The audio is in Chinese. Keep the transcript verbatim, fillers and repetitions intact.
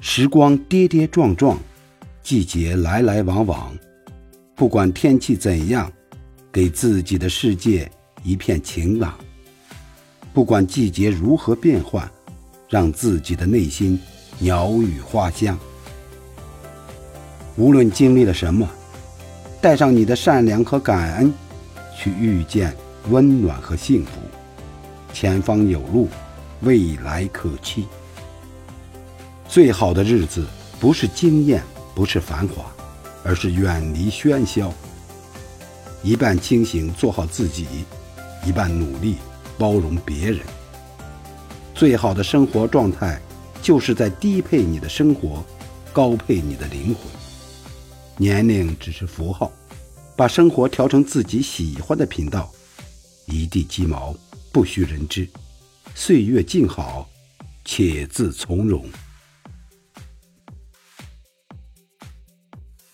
时光跌跌撞撞，季节来来往往，不管天气怎样，给自己的世界一片晴朗。不管季节如何变换，让自己的内心鸟语花香。无论经历了什么，带上你的善良和感恩，去遇见温暖和幸福。前方有路，未来可期。最好的日子不是惊艳，不是繁华，而是远离喧嚣。一半清醒做好自己，一半努力包容别人。最好的生活状态就是在低配你的生活，高配你的灵魂。年龄只是符号，把生活调成自己喜欢的频道。一地鸡毛不须人知，岁月静好，且自从容。